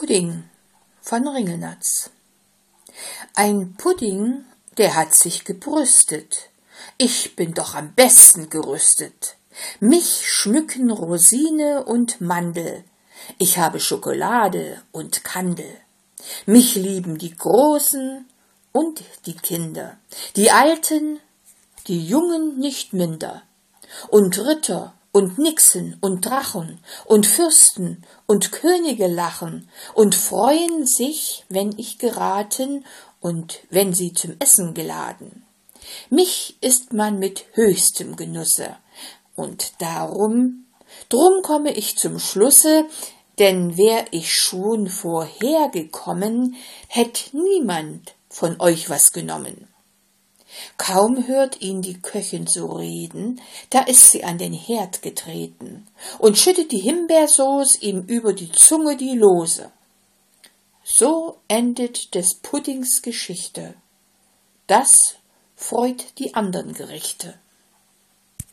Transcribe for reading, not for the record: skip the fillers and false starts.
Pudding von Ringelnatz. Ein Pudding, der hat sich gebrüstet. Ich bin doch am besten gerüstet. Mich schmücken Rosine und Mandel. Ich habe Schokolade und Kandel. Mich lieben die Großen und die Kinder, die Alten, die Jungen nicht minder. Und Ritter und Nixen und Drachen und Fürsten und Könige lachen und freuen sich, wenn ich geraten und wenn sie zum Essen geladen. Mich isst man mit höchstem Genusse, und drum komme ich zum Schlusse, denn wär ich schon vorhergekommen, hätt niemand von euch was genommen. Kaum hört ihn die Köchin so reden, da ist sie an den Herd getreten und schüttet die Himbeersoße ihm über die Zunge die Lose. So endet des Puddings Geschichte. Das freut die andern Gerichte.